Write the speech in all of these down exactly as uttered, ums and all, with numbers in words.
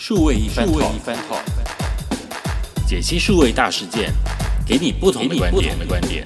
数位一番 Talk， 解析数位大事件，给你不同的观点。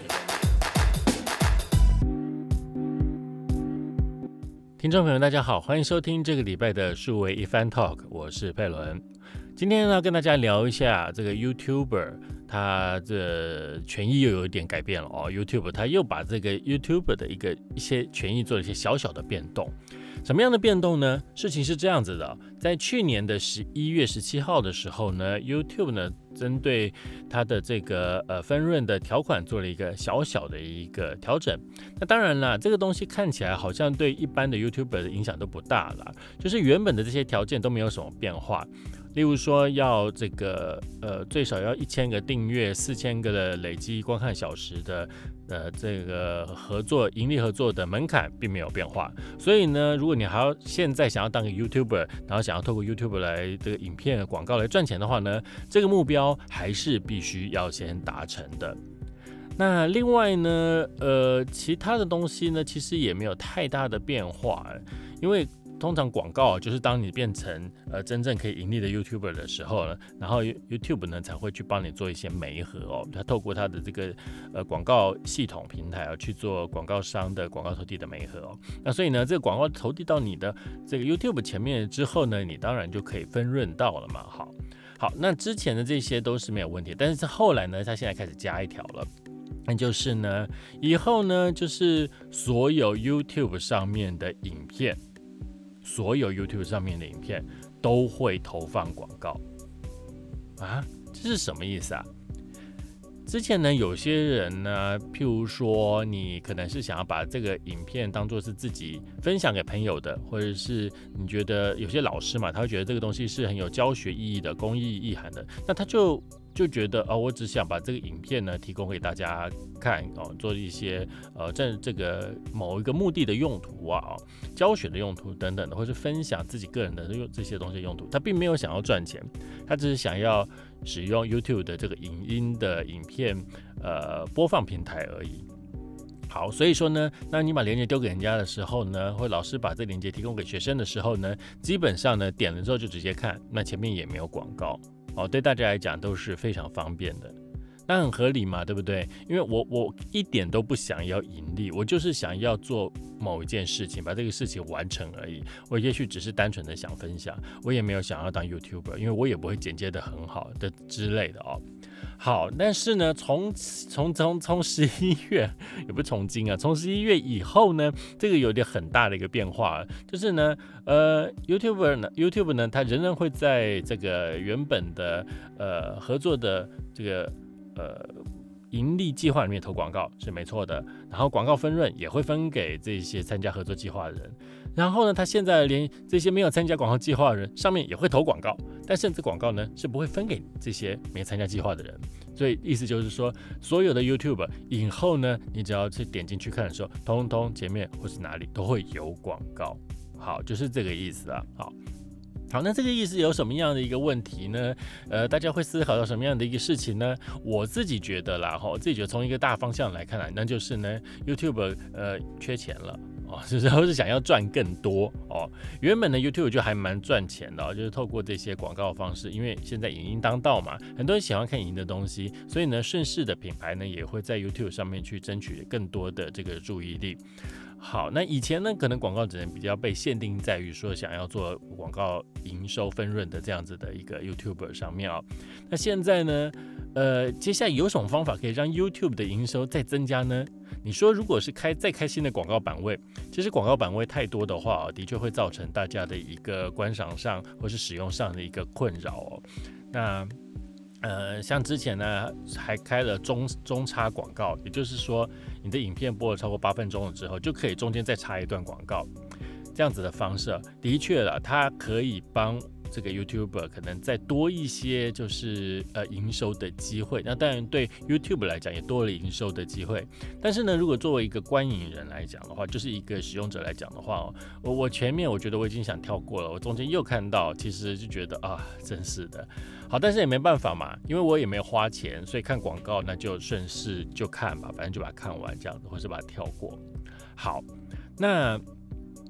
听众朋友大家好，欢迎收听这个礼拜的数位一番 Talk， 我是佩伦。今天呢，跟大家聊一下这个 YouTuber， 他的权益又有一点改变了哦。YouTube 他又把这个 YouTuber 的一个一些权益做了一些小小的变动。什么样的变动呢？事情是这样子的，在去年的十一月十七号的时候呢 ，YouTube 呢针对它的这个呃分润的条款做了一个小小的一个调整。那当然啦，这个东西看起来好像对一般的 YouTuber 的影响都不大啦，就是原本的这些条件都没有什么变化。例如说要这个呃最少要一千个订阅，四千个的累积观看小时的呃这个合作盈利合作的门槛并没有变化。所以呢，如果你还要现在想要当个 YouTuber， 然后想要透过 YouTuber 来这个影片广告来赚钱的话呢，这个目标还是必须要先达成的。那另外呢，呃，其他的东西呢，其实也没有太大的变化，因为通常广告就是当你变成呃真正可以盈利的 YouTuber 的时候呢，然后 YouTube 呢才会去帮你做一些媒合哦，它透过它的这个呃广告系统平台啊去做广告商的广告投递的媒合哦。那所以呢，这个广告投递到你的这个 YouTube 前面之后呢，你当然就可以分润到了嘛。好，好，那之前的这些都是没有问题，但是后来呢，它现在开始加一条了。那就是呢，以后呢，就是所有 YouTube 上面的影片。所有 YouTube 上面的影片都会投放广告啊，这是什么意思啊？之前呢，有些人呢，譬如说你可能是想要把这个影片当作是自己分享给朋友的，或者是你觉得有些老师嘛，他会觉得这个东西是很有教学意义的、公益意涵的，那他就就觉得哦，我只想把这个影片呢提供给大家看哦，做一些呃这这个某一个目的的用途啊、哦，教学的用途等等的，或是分享自己个人的这些东西的用途，他并没有想要赚钱，他只是想要使用 YouTube 的这个影音的影片呃播放平台而已。好，所以说呢，那你把链接丢给人家的时候呢，或老师把这链接提供给学生的时候呢，基本上呢点了之后就直接看，那前面也没有广告。哦，对大家来讲都是非常方便的，那很合理嘛，对不对？因为我我一点都不想要盈利，我就是想要做某一件事情，把这个事情完成而已。我也许只是单纯的想分享，我也没有想要当 YouTuber， 因为我也不会剪接的很好的之类的哦。好，但是呢，从从从从十一月也不是从今啊，从十一月以后呢，这个有点很大的一个变化，就是呢，呃，YouTuber 呢 ，YouTube 呢，它仍然会在这个原本的呃合作的这个呃盈利计划里面投广告是没错的，然后广告分润也会分给这些参加合作计划的人。然后呢，他现在连这些没有参加广告计划的人上面也会投广告，但是这广告呢是不会分给这些没参加计划的人。所以意思就是说，所有的 YouTuber 以后呢，你只要去点进去看的时候，通通前面或是哪里都会有广告。好，就是这个意思啊。好。好，那这个意思有什么样的一个问题呢？呃，大家会思考到什么样的一个事情呢？我自己觉得啦，哈，我自己觉得从一个大方向来看来，那就是呢 ，YouTube 呃缺钱了。哦，就是或是想要赚更多哦。原本的 YouTube 就还蛮赚钱的、哦，就是透过这些广告方式，因为现在影音当道嘛，很多人喜欢看影音的东西，所以呢，顺势的品牌呢也会在 YouTube 上面去争取更多的这个注意力。好，那以前呢，可能广告只能比较被限定在于说想要做广告营收分润的这样子的一个 YouTuber 上面啊、哦。那现在呢，呃，接下来有什么方法可以让 YouTube 的营收再增加呢？你说如果是开再开新的广告版位，其实广告版位太多的话、哦，的确会造成大家的一个观赏上或是使用上的一个困扰哦。那呃，像之前呢，还开了中中插广告，也就是说，你的影片播了超过八分钟了之后，就可以中间再插一段广告，这样子的方式，的确了，它可以帮这个 YouTuber 可能再多一些就是呃营收的机会。那当然对 YouTube 来讲也多了营收的机会。但是呢，如果作为一个观影人来讲的话，就是一个使用者来讲的话、哦，我我前面我觉得我已经想跳过了，我中间又看到，其实就觉得啊，真是的。好，但是也没办法嘛，因为我也没有花钱，所以看广告那就顺势就看吧，反正就把它看完这样子，或是把它跳过。好，那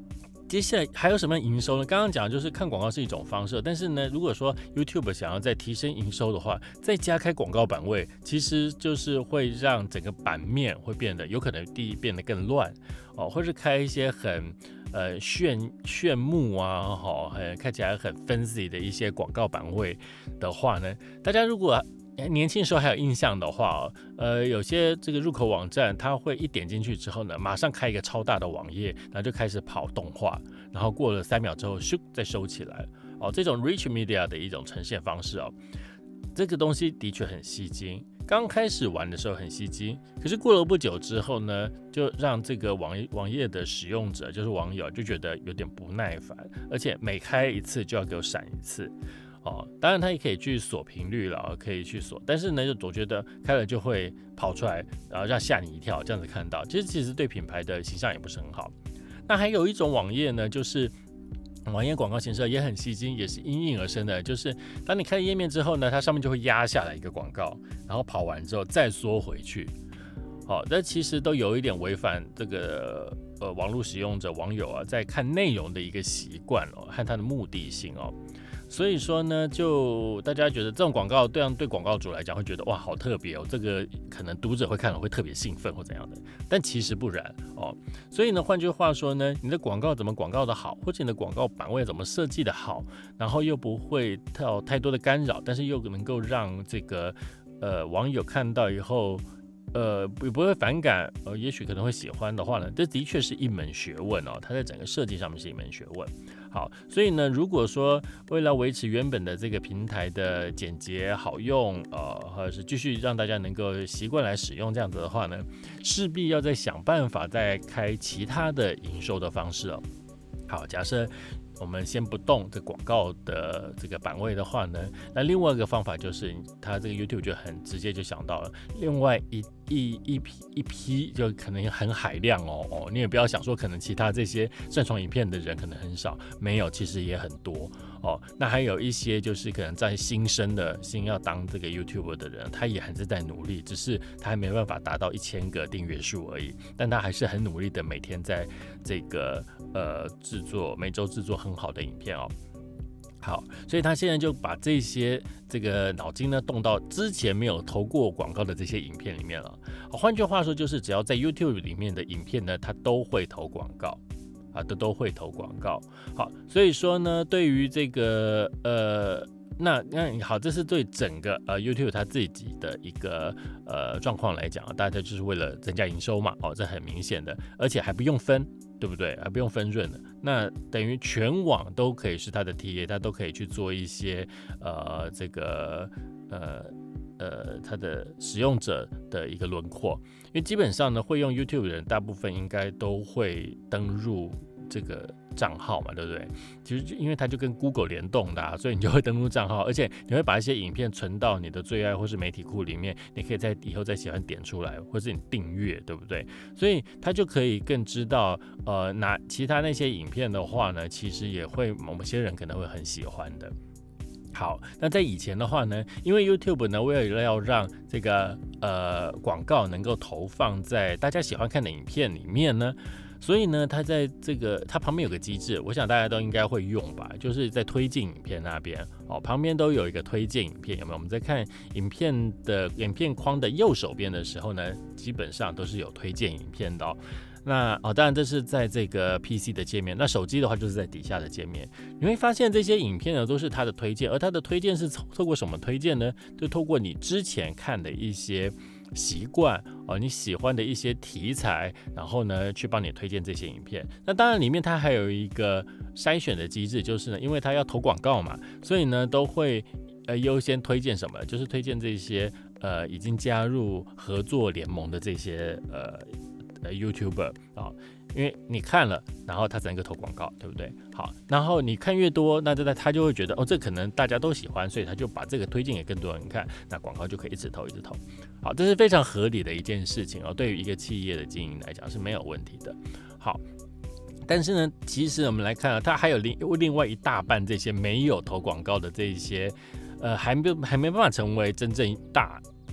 接下来还有什么营收呢？刚刚讲的就是看广告是一种方式，但是呢，如果说 YouTube 想要再提升营收的话，再加开广告版位，其实就是会让整个版面会变得有可能第一变得更乱哦，或是开一些很呃炫炫目啊，哈、哦，看起来很 fancy 的一些广告版位的话呢，大家如果年轻时候还有印象的话，呃，有些这个入口网站，它会一点进去之后呢，马上开一个超大的网页，然后就开始跑动画，然后过了三秒之后，咻，再收起来。哦，这种 rich media 的一种呈现方式哦，这个东西的确很吸睛。刚开始玩的时候很吸睛，可是过了不久之后呢，就让这个网页网页的使用者，就是网友，就觉得有点不耐烦，而且每开一次就要给我闪一次。哦，当然它也可以去锁频率了，可以去锁，但是呢，就我觉得开了就会跑出来，然后让吓你一跳，这样子看到，其实其实对品牌的形象也不是很好。那还有一种网页呢，就是网页广告形式也很吸睛，也是因应而生的，就是当你开页面之后呢，它上面就会压下来一个广告，然后跑完之后再缩回去。好、哦，但其实都有一点违反这个呃网络使用者网友啊在看内容的一个习惯哦，和它的目的性哦。所以说呢，就大家觉得这种广告，对对广告主来讲会觉得哇，好特别哦，这个可能读者会看了会特别兴奋或怎样的，但其实不然哦。所以呢，换句话说呢，你的广告怎么广告的好，或者你的广告版位怎么设计的好，然后又不会有太多的干扰，但是又能够让这个呃网友看到以后。呃，不不会反感，呃，也许可能会喜欢的话呢，这的确是一门学问哦，它在整个设计上面是一门学问。好，所以呢，如果说为了维持原本的这个平台的简洁好用，呃，或者是继续让大家能够习惯来使用这样子的话呢，势必要再想办法再开其他的营收的方式哦。好，假设我们先不动这广告的这个版位的话呢，那另外一个方法就是它这个 YouTube 就很直接就想到了另外一一一批一批就可能很海量哦哦，你也不要想说可能其他这些上传影片的人可能很少，没有，其实也很多哦。那还有一些就是可能在新生的新要当这个 YouTuber 的人，他也还是在努力，只是他还没办法达到一千个订阅数而已，但他还是很努力的每天在这个呃制作每周制作很好的影片哦。好，所以他现在就把这些这个脑筋呢动到之前没有投过广告的这些影片里面了。换句话说，就是只要在 YouTube 里面的影片呢，它都会投广告啊，都都会投广告。好，所以说呢，对于这个呃。那那好，这是对整个呃 YouTube 它自己的一个呃状况来讲，大家就是为了增加营收嘛，哦，这很明显的，而且还不用分，对不对？还不用分润的，那等于全网都可以是它的 T A， 它都可以去做一些呃这个呃呃它的使用者的一个轮廓，因为基本上呢，会用 YouTube 的人大部分应该都会登入这个账号嘛，对不对？其实因为它就跟 Google 联动的、啊，所以你就会登录账号，而且你会把一些影片存到你的最爱或是媒体库里面，你可以在以后再喜欢点出来，或是你订阅，对不对？所以它就可以更知道，呃，哪其他那些影片的话呢，其实也会某些人可能会很喜欢的。好，那在以前的话呢，因为 YouTube 呢，为了要让这个呃广告能够投放在大家喜欢看的影片里面呢。所以呢，它在这个它旁边有个机制，我想大家都应该会用吧，就是在推荐影片那边哦，旁边都有一个推荐影片，有没有？我们在看影片的影片框的右手边的时候呢，基本上都是有推荐影片的哦。那哦，当然这是在这个 P C 的界面，那手机的话就是在底下的界面。你会发现这些影片呢都是它的推荐，而它的推荐是透过什么推荐呢？就透过你之前看的一些习惯哦，你喜欢的一些题材，然后呢去帮你推荐这些影片。那当然里面它还有一个筛选的机制，就是呢，因为它要投广告嘛，所以呢都会呃优先推荐什么？就是推荐这些呃已经加入合作联盟的这些呃。呃 YouTuber 啊、哦，因为你看了，然后他才能够投广告，对不对？好，然后你看越多，那这他就会觉得哦，这可能大家都喜欢，所以他就把这个推荐给更多人看，那广告就可以一直投一直投。好，这是非常合理的一件事情哦，对于一个企业的经营来讲是没有问题的。好。但是呢，其实我们来看啊，它还有另另外一大半这些没有投广告的这一些，呃，还没还没办法成为真正大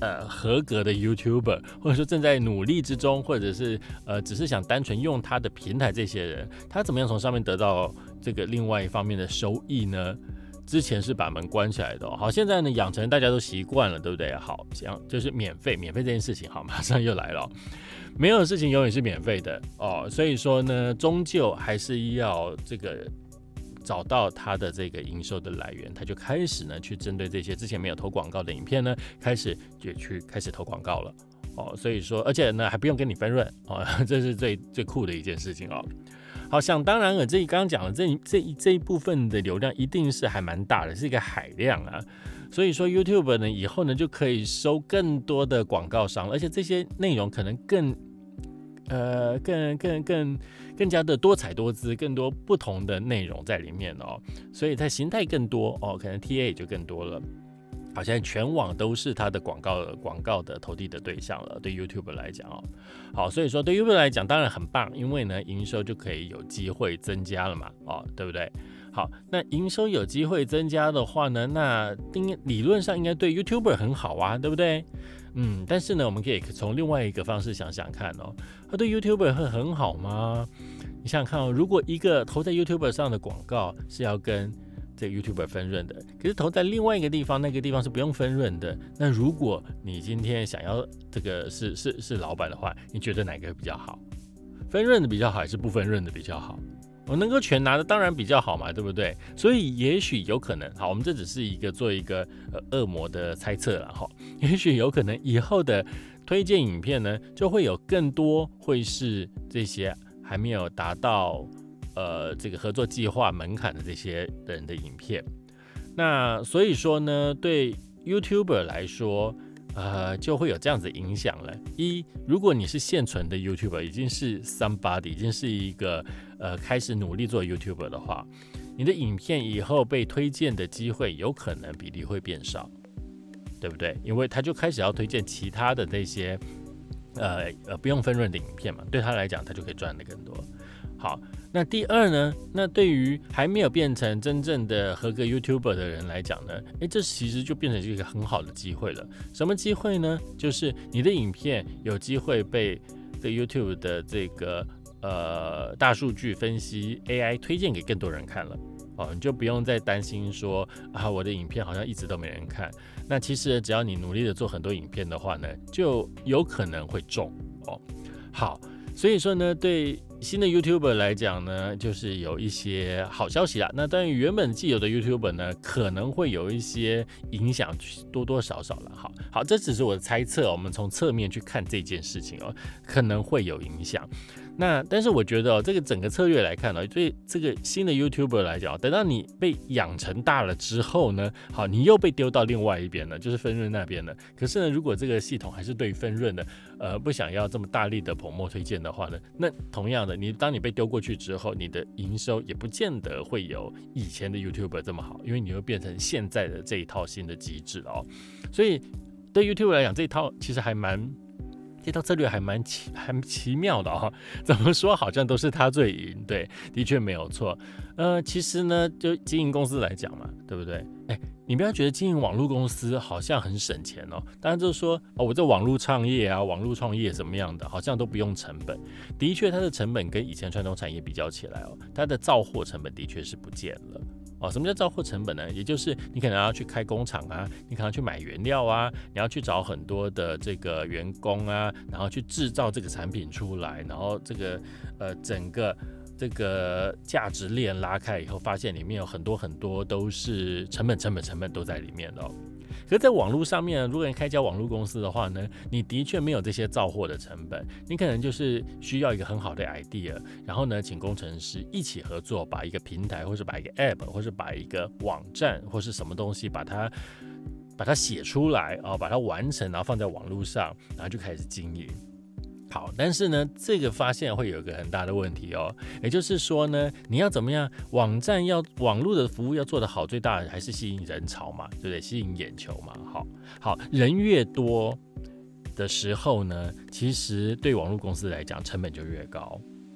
呃合格的 YouTuber， 或者说正在努力之中，或者是呃只是想单纯用他的平台，这些人他怎么样从上面得到这个另外一方面的收益呢？之前是把门关起来的、哦，好，现在呢养成大家都习惯了，对不对？好，像就是免费，免费这件事情，好，马上又来了、哦，没有事情永远是免费的哦，所以说呢，终究还是要这个找到它的这个营收的来源，他就开始呢去针对这些之前没有投广告的影片呢，开始也去开始投广告了哦，所以说，而且呢还不用跟你分润哦，这是最最酷的一件事情哦。好，想当然了，这刚刚讲的这这这一部分的流量一定是还蛮大的，是一个海量啊。所以说 YouTube 呢以后呢就可以收更多的广告商，而且这些内容可能更呃更更更更加的多彩多姿，更多不同的内容在里面哦。所以它形态更多哦，可能 T A 也就更多了。好像全网都是它的广告广告的投递的对象了，对 YouTube 来讲哦。好，所以说对 YouTube 来讲当然很棒，因为呢营收就可以有机会增加了嘛，哦，对不对？好，那营收有机会增加的话呢，那理论上应该对 YouTuber 很好啊，对不对？嗯，但是呢，我们可以从另外一个方式想想看哦，它对 YouTuber 会很好吗？你想想看哦，如果一个投在 YouTuber 上的广告是要跟这个 YouTuber 分润的，可是投在另外一个地方，那个地方是不用分润的。那如果你今天想要这个是是是老板的话，你觉得哪个比较好？分润的比较好，还是不分润的比较好？我能够全拿的当然比较好嘛，对不对？所以也许有可能，好，我们这只是一个做一个呃恶魔的猜测啦，哈，也许有可能以后的推荐影片呢，就会有更多会是这些还没有达到。呃，这个合作计划门槛的这些人的影片，那所以说呢，对 YouTuber 来说，呃，就会有这样子影响了。一，如果你是现存的 YouTuber， 已经是 somebody， 已经是一个呃开始努力做 YouTuber 的话，你的影片以后被推荐的机会有可能比例会变少，对不对？因为他就开始要推荐其他的那些呃呃不用分润的影片嘛，对他来讲，他就可以赚的更多。好，那第二呢？那对于还没有变成真正的合格 YouTuber 的人来讲呢，诶，这其实就变成一个很好的机会了。什么机会呢？就是你的影片有机会被这 YouTube 的这个呃大数据分析 A I 推荐给更多人看了。哦，你就不用再担心说啊，我的影片好像一直都没人看。那其实只要你努力的做很多影片的话呢，就有可能会中哦。好，所以说呢，对新的 YouTuber 来讲呢，就是有一些好消息啦。那当然，原本既有的 YouTuber 呢，可能会有一些影响，多多少少了。好，好，这只是我的猜测，我们从侧面去看这件事情哦，可能会有影响。那但是我觉得哦，这个整个策略来看呢，对这个新的 YouTuber 来讲，等到你被养成大了之后呢，好，你又被丢到另外一边了，就是分润那边了。可是呢，如果这个系统还是对于分润的，呃，不想要这么大力的promote推荐的话呢，那同样的，你当你被丢过去之后，你的营收也不见得会有以前的 YouTuber 这么好，因为你会变成现在的这一套新的机制哦。所以对 YouTuber 来讲，这一套其实还蛮。这套策略还蛮奇还奇妙的哦，怎么说好像都是他最赢，对，的确没有错。呃，其实呢，就经营公司来讲嘛，对不对？哎，你不要觉得经营网络公司好像很省钱哦，当然就是说哦，我这网络创业啊，网络创业怎么样的，好像都不用成本。的确，它的成本跟以前传统产业比较起来哦，它的造货成本的确是不见了。哦，什么叫造货成本呢？也就是你可能要去开工厂啊，你可能要去买原料啊，你要去找很多的这个员工啊，然后去制造这个产品出来，然后这个呃整个这个价值链拉开以后，发现里面有很多很多都是成本、成本、成本都在里面的哦。可是在网络上面，如果你开一家网络公司的话呢，你的确没有这些造货的成本，你可能就是需要一个很好的 idea， 然后呢，请工程师一起合作，把一个平台，或是把一个 app， 或是把一个网站，或是什么东西，把它把它写出来啊、哦，把它完成，然后放在网络上，然后就开始经营。好，但是呢，这个发现会有一个很大的问题哦，也就是说呢，你要怎么样，网站要网络的服务要做得好，最大的还是吸引人潮嘛，对不对？吸引眼球嘛。好，好，人越多的时候呢，其实对网络公司来讲，成本就越高。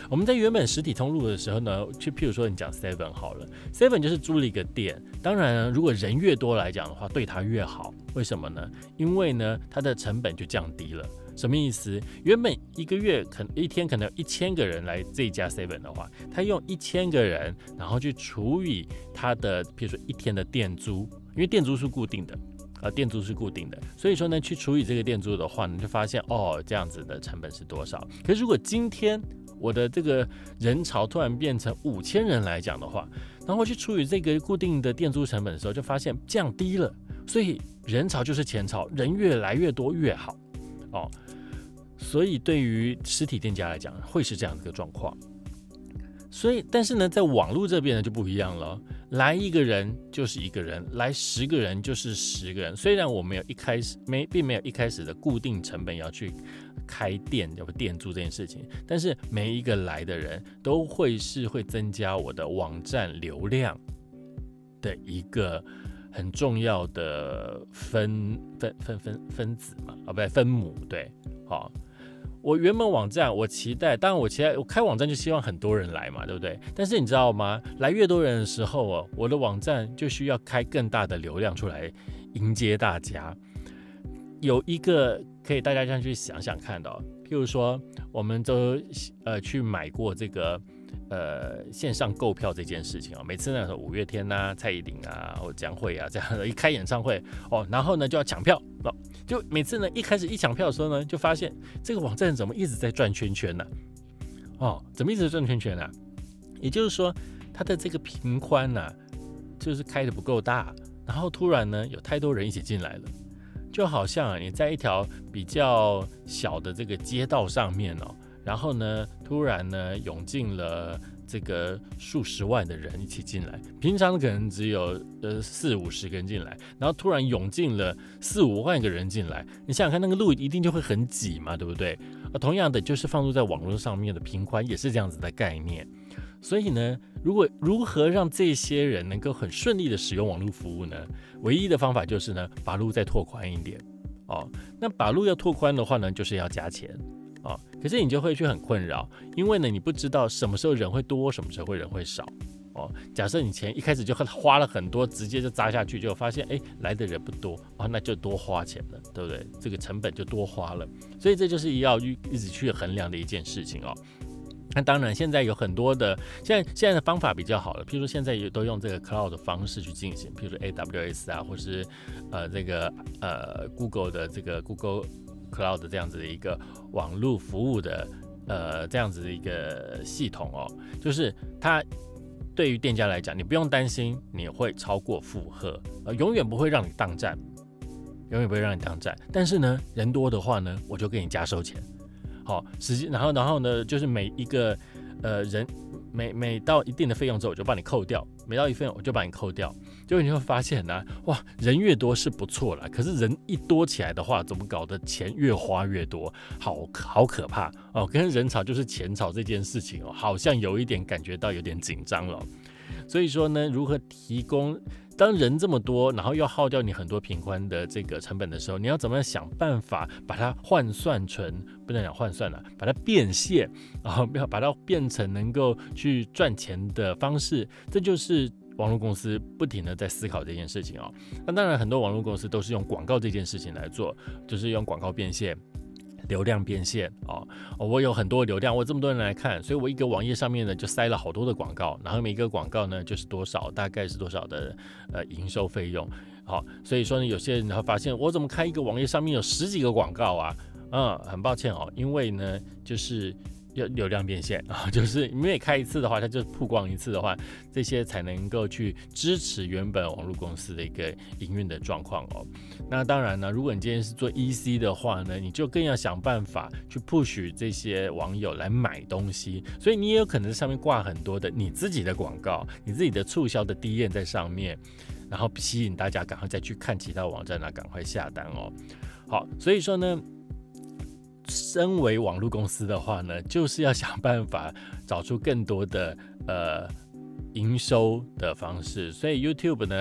我们在原本实体通路的时候呢，去譬如说你讲 Seven 好了 ，Seven 就是租了一个店，当然如果人越多来讲的话，对它越好。为什么呢？因为呢，它的成本就降低了。什么意思？原本一个月可能一天可能有一千个人来这一家 Seven 的话，他用一千个人，然后去除以他的，譬如说一天的店租，因为店租是固定的。呃，店租是固定的，所以说呢，去除以这个店租的话，你就发现哦，这样子的成本是多少。可是如果今天我的这个人潮突然变成五千人来讲的话，然后去除以这个固定的店租成本的时候，就发现降低了。所以人潮就是钱潮，人越来越多越好哦。所以对于实体店家来讲，会是这样的一个状况。所以，但是呢，在网络这边呢就不一样了。来一个人就是一个人，来十个人就是十个人。虽然我们有一开始没，并没有一开始的固定成本要去开店，要不店租这件事情，但是每一个来的人都会是会增加我的网站流量的一个很重要的分分分分分子嘛，啊，不对，分母，对，好。我原本网站，我期待，当然我期待，我开网站就希望很多人来嘛，对不对？但是你知道吗？来越多人的时候哦，我的网站就需要开更大的流量出来迎接大家。有一个可以大家这样去想想看的、哦，譬如说，我们都呃去买过这个呃线上购票这件事情啊、哦，每次那五月天啊、蔡依林啊或江蕙啊这样的一开演唱会哦，然后呢就要抢票哦。就每次呢，一开始一抢票的时候呢，就发现这个网站怎么一直在转圈圈呢、啊？哦，怎么一直在转圈圈呢、啊？也就是说，它的这个频宽呢、啊，就是开的不够大，然后突然呢，有太多人一起进来了，就好像、啊、你在一条比较小的这个街道上面哦，然后呢，突然呢，涌进了这个数十万的人一起进来，平常可能只有呃四五十个人进来，然后突然涌进了四五万个人进来，你想想看，那个路一定就会很挤嘛，对不对？而同样的，就是放入在网络上面的频宽也是这样子的概念。所以呢，如果如何让这些人能够很顺利的使用网络服务呢？唯一的方法就是呢，把路再拓宽一点哦。那把路要拓宽的话呢，就是要加钱。哦、可是你就会去很困扰，因为呢，你不知道什么时候人会多，什么时候会人会少。哦，假设你钱一开始就花了很多，直接就砸下去，就发现哎来的人不多，哦，那就多花钱了，对不对？这个成本就多花了，所以这就是要一直去衡量的一件事情哦。那当然，现在有很多的，现在现在的方法比较好了，譬如说现在也都用这个 cloud 的方式去进行，譬如说 A W S 啊，或是呃这个呃 Google 的这个 Google Cloud 这样子的一个网络服务的呃这样子的一个系统哦，就是它对于店家来讲，你不用担心你会超过负荷，呃，永远不会让你当站，永远不会让你当站。但是呢，人多的话呢，我就给你加收钱。好，实际然后然后呢，就是每一个呃人每每到一定的费用之后，我就帮你扣掉；每到一费用我就把你扣掉。结果你会发现呢、啊，哇，人越多是不错啦，可是人一多起来的话，怎么搞得钱越花越多，好好可怕哦！跟人潮就是钱潮这件事情哦，好像有一点感觉到有点紧张了。所以说呢，如何提供？当人这么多，然后要耗掉你很多频宽的这个成本的时候，你要怎么样想办法把它换算成，不能讲换算了，把它变现，然后要把它变成能够去赚钱的方式，这就是网络公司不停的在思考这件事情哦。那当然，很多网络公司都是用广告这件事情来做，就是用广告变现。流量变现哦，我有很多流量，我这么多人来看，所以我一个网页上面呢就塞了好多的广告，然后每一个广告呢就是多少，大概是多少的呃营收费用。好，所以说呢，有些人会发现我怎么开一个网页上面有十几个广告啊？嗯，很抱歉哦，因为呢就是流量变现啊，就是你每开一次的话，它就曝光一次的话，这些才能够去支持原本网络公司的一个营运的状况哦。那当然呢，如果你今天是做 E C 的话呢，你就更要想办法去 push 这些网友来买东西，所以你也有可能在上面挂很多的你自己的广告，你自己的促销的 D M 在上面，然后吸引大家赶快再去看其他网站啊，赶快下单哦。好，所以说呢。身为网络公司的话呢，就是要想办法找出更多的呃营收的方式。所以 YouTube 呢，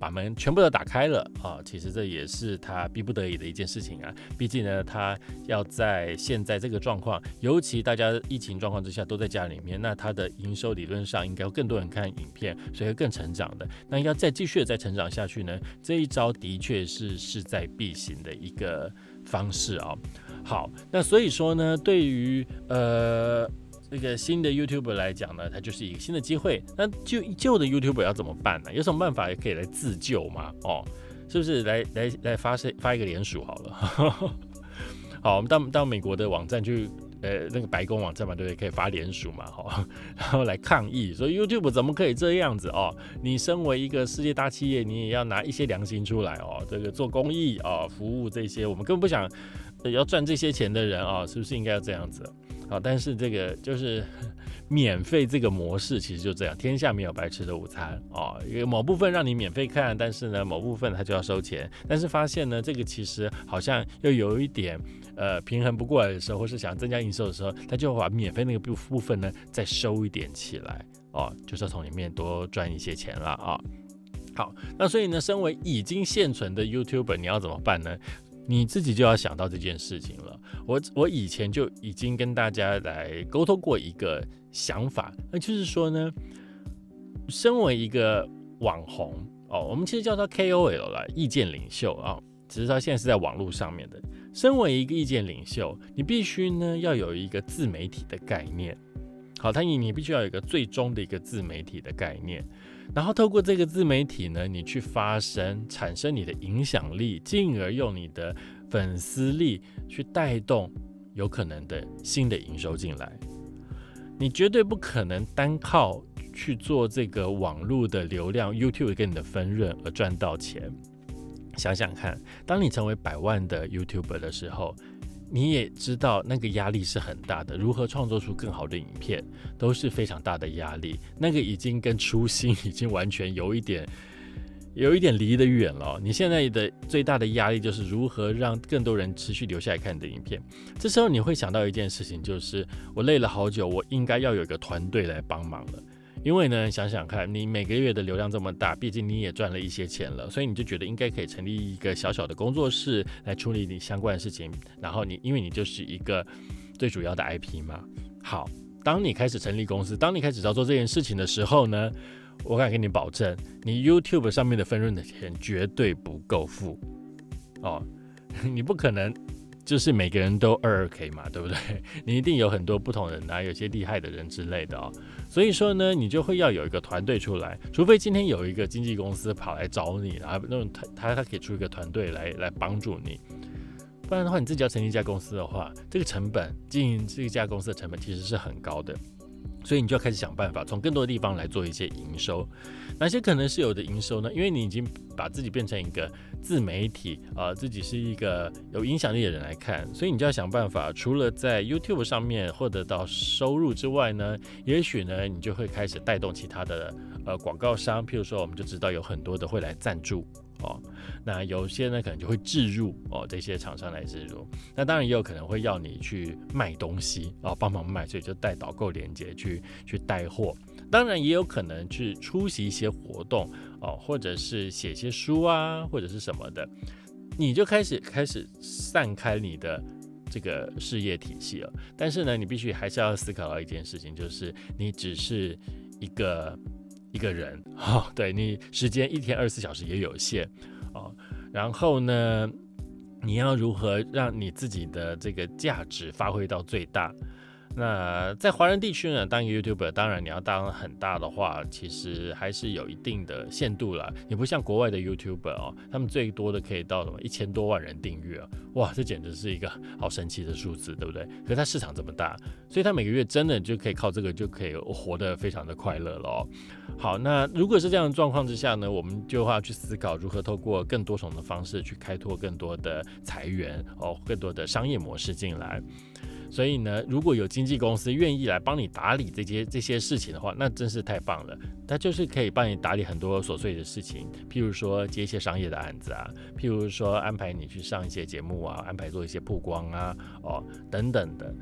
把门全部都打开了啊，其实这也是他逼不得已的一件事情啊。毕竟呢，他要在现在这个状况，尤其大家疫情状况之下都在家里面，那他的营收理论上应该有更多人看影片，所以会更成长的。那要再继续的再成长下去呢，这一招的确是势在必行的一个方式啊。好，那所以说呢，对于呃。这个新的 YouTuber 来讲呢，它就是一个新的机会。那就旧的 YouTuber 要怎么办呢？有什么办法也可以来自救吗？哦，是不是来来来发发一个联署好了？好，我们到到美国的网站去，呃，那个白宫网站嘛，对不对？可以发联署嘛，哈，然后来抗议，说 YouTube 怎么可以这样子哦？你身为一个世界大企业，你也要拿一些良心出来哦，这个做公益哦，服务这些，我们根本不想、呃、要赚这些钱的人哦，是不是应该要这样子？好，但是这个就是免费这个模式，其实就这样，天下没有白吃的午餐哦。有某部分让你免费看，但是呢，某部分它就要收钱。但是发现呢，这个其实好像又有一点呃平衡不过来的时候，或是想增加营收的时候，它就把免费那个部分呢再收一点起来哦，就是从里面多赚一些钱了啊、哦。好，那所以呢，身为已经现存的 YouTuber， 你要怎么办呢？你自己就要想到这件事情了。我我以前就已经跟大家来沟通过一个想法，那就是说呢，身为一个网红哦，我们其实叫它 K O L 啦，意见领袖啊、哦，只是它现在是在网络上面的。身为一个意见领袖，你必须呢要有一个自媒体的概念。好，它你你必须要有一个最终的一个自媒体的概念。然后透过这个自媒体呢，你去发声，产生你的影响力，进而用你的粉丝力去带动有可能的新的营收进来。你绝对不可能单靠去做这个网络的流量 YouTube 跟你的分润而赚到钱。想想看，当你成为百万的 YouTuber 的时候，你也知道那个压力是很大的，如何创作出更好的影片都是非常大的压力，那个已经跟初心已经完全有一点有一点离得远了。你现在的最大的压力就是如何让更多人持续留下来看你的影片。这时候你会想到一件事情，就是我累了好久，我应该要有一个团队来帮忙了。因为呢，想想看，你每个月的流量这么大，毕竟你也赚了一些钱了，所以你就觉得应该可以成立一个小小的工作室来处理你相关的事情。然后你，因为你就是一个最主要的 I P 嘛。好，当你开始成立公司，当你开始要做这件事情的时候呢，我敢跟你保证，你 YouTube 上面的分润的钱绝对不够付哦，你不可能。就是每个人都二二 K 嘛，对不对？你一定有很多不同人啊，有些厉害的人之类的哦。所以说呢，你就会要有一个团队出来，除非今天有一个经纪公司跑来找你，然后那种他他可以出一个团队来来帮助你。不然的话，你自己要成立一家公司的话，这个成本经营这家公司的成本其实是很高的。所以你就要开始想办法，从更多的地方来做一些营收。哪些可能是有的营收呢？因为你已经把自己变成一个自媒体，呃，自己是一个有影响力的人来看，所以你就要想办法，除了在 YouTube 上面获得到收入之外呢，也许呢，你就会开始带动其他的呃广告商，譬如说，我们就知道有很多的会来赞助。哦，那有些呢可能就会置入哦，这些厂商来置入，那当然也有可能会要你去卖东西哦，帮忙卖，所以就带导购连结去去带货。当然也有可能去出席一些活动哦，或者是写些书啊，或者是什么的，你就开始开始散开你的这个事业体系了。但是呢，你必须还是要思考到一件事情，就是你只是一个。一个人、哦、对你时间一天二十四小时也有限、哦、然后呢，你要如何让你自己的这个价值发挥到最大？那在华人地区呢，当一个 YouTuber， 当然你要当很大的话，其实还是有一定的限度啦。你不像国外的 YouTuber 哦，他们最多的可以到什么一千多万人订阅、哦，哇，这简直是一个好神奇的数字，对不对？可是它市场这么大，所以他每个月真的就可以靠这个就可以活得非常的快乐了哦。好，那如果是这样的状况之下呢，我们就要去思考如何透过更多种的方式去开拓更多的财源哦，更多的商业模式进来。所以呢，如果有经纪公司愿意来帮你打理这些这些事情的话，那真是太棒了。它就是可以帮你打理很多琐碎的事情，譬如说接一些商业的案子啊，譬如说安排你去上一些节目啊，安排做一些曝光啊，哦等等的。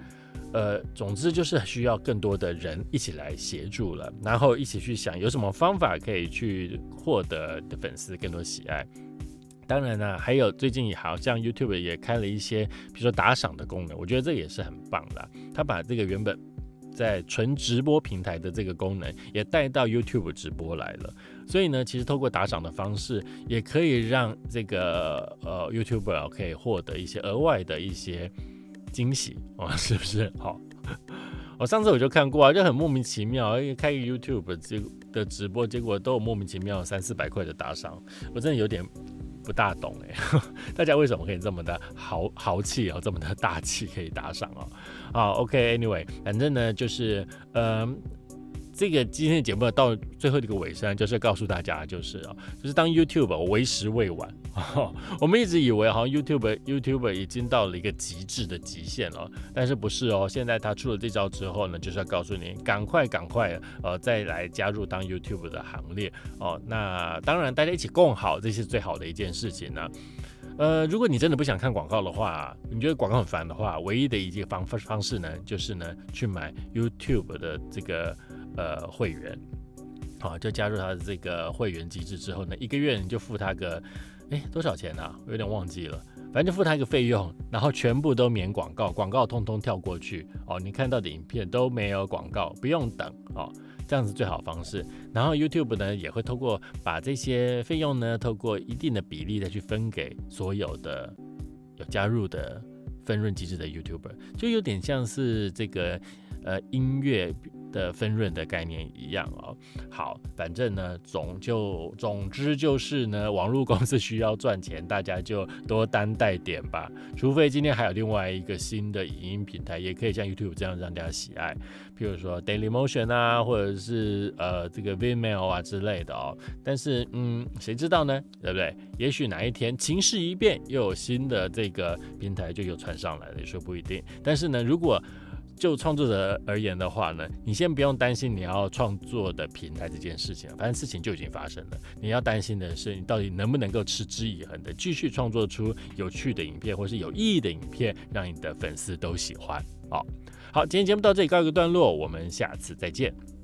呃，总之就是需要更多的人一起来协助了，然后一起去想有什么方法可以去获得的粉丝更多喜爱。当然呢，还有最近也好像 YouTube 也开了一些，比如说打赏的功能，我觉得这也是很棒的。他把这个原本在纯直播平台的这个功能也带到 YouTube 直播来了，所以呢，其实透过打赏的方式，也可以让这个呃 YouTuber 可以获得一些额外的一些惊喜哦，是不是？好，我上次我就看过啊，就很莫名其妙，开一个 YouTube 的直播，结果都有莫名其妙三四百块的打赏，我真的有点不大懂哎，大家为什么可以这么的豪豪气哦，这么的大气可以打赏哦？好 ，OK，Anyway，、okay, 反正呢就是呃。这个今天的节目到最后的一个尾声，就是告诉大家，就是啊、哦，就是当 YouTube 为时未晚、哦。我们一直以为好像 YouTube YouTuber 已经到了一个极致的极限了，但是不是哦？现在他出了这招之后呢，就是要告诉你，赶快赶快呃再来加入当 YouTuber 的行列哦。那当然，大家一起共好，这是最好的一件事情呢、啊。呃，如果你真的不想看广告的话，你觉得广告很烦的话，唯一的一个方方式呢，就是呢去买 YouTube 的这个。呃，会员，好，就加入他的这个会员机制之后呢，一个月你就付他个，哎，多少钱啊？我有点忘记了，反正就付他一个费用，然后全部都免广告，广告通通跳过去哦，你看到的影片都没有广告，不用等哦，这样是最好的方式。然后 YouTube 呢也会透过把这些费用呢，透过一定的比例再去分给所有的有加入的分润机制的 YouTuber， 就有点像是这个呃音乐的分润的概念一样哦。好，反正呢，总就总之就是呢，网络公司需要赚钱，大家就多担待点吧。除非今天还有另外一个新的影音平台，也可以像 YouTube 这样让大家喜爱，譬如说 Dailymotion 啊，或者是呃这个 Vimeo 啊之类的哦。但是嗯，谁知道呢？对不对？也许哪一天情势一变，又有新的这个平台就又传上来了，也说不一定。但是呢，如果就创作者而言的话呢，你先不用担心你要创作的平台这件事情，反正事情就已经发生了。你要担心的是，你到底能不能够持之以恒的继续创作出有趣的影片，或是有意义的影片，让你的粉丝都喜欢。好，好，今天节目到这里告一个段落，我们下次再见。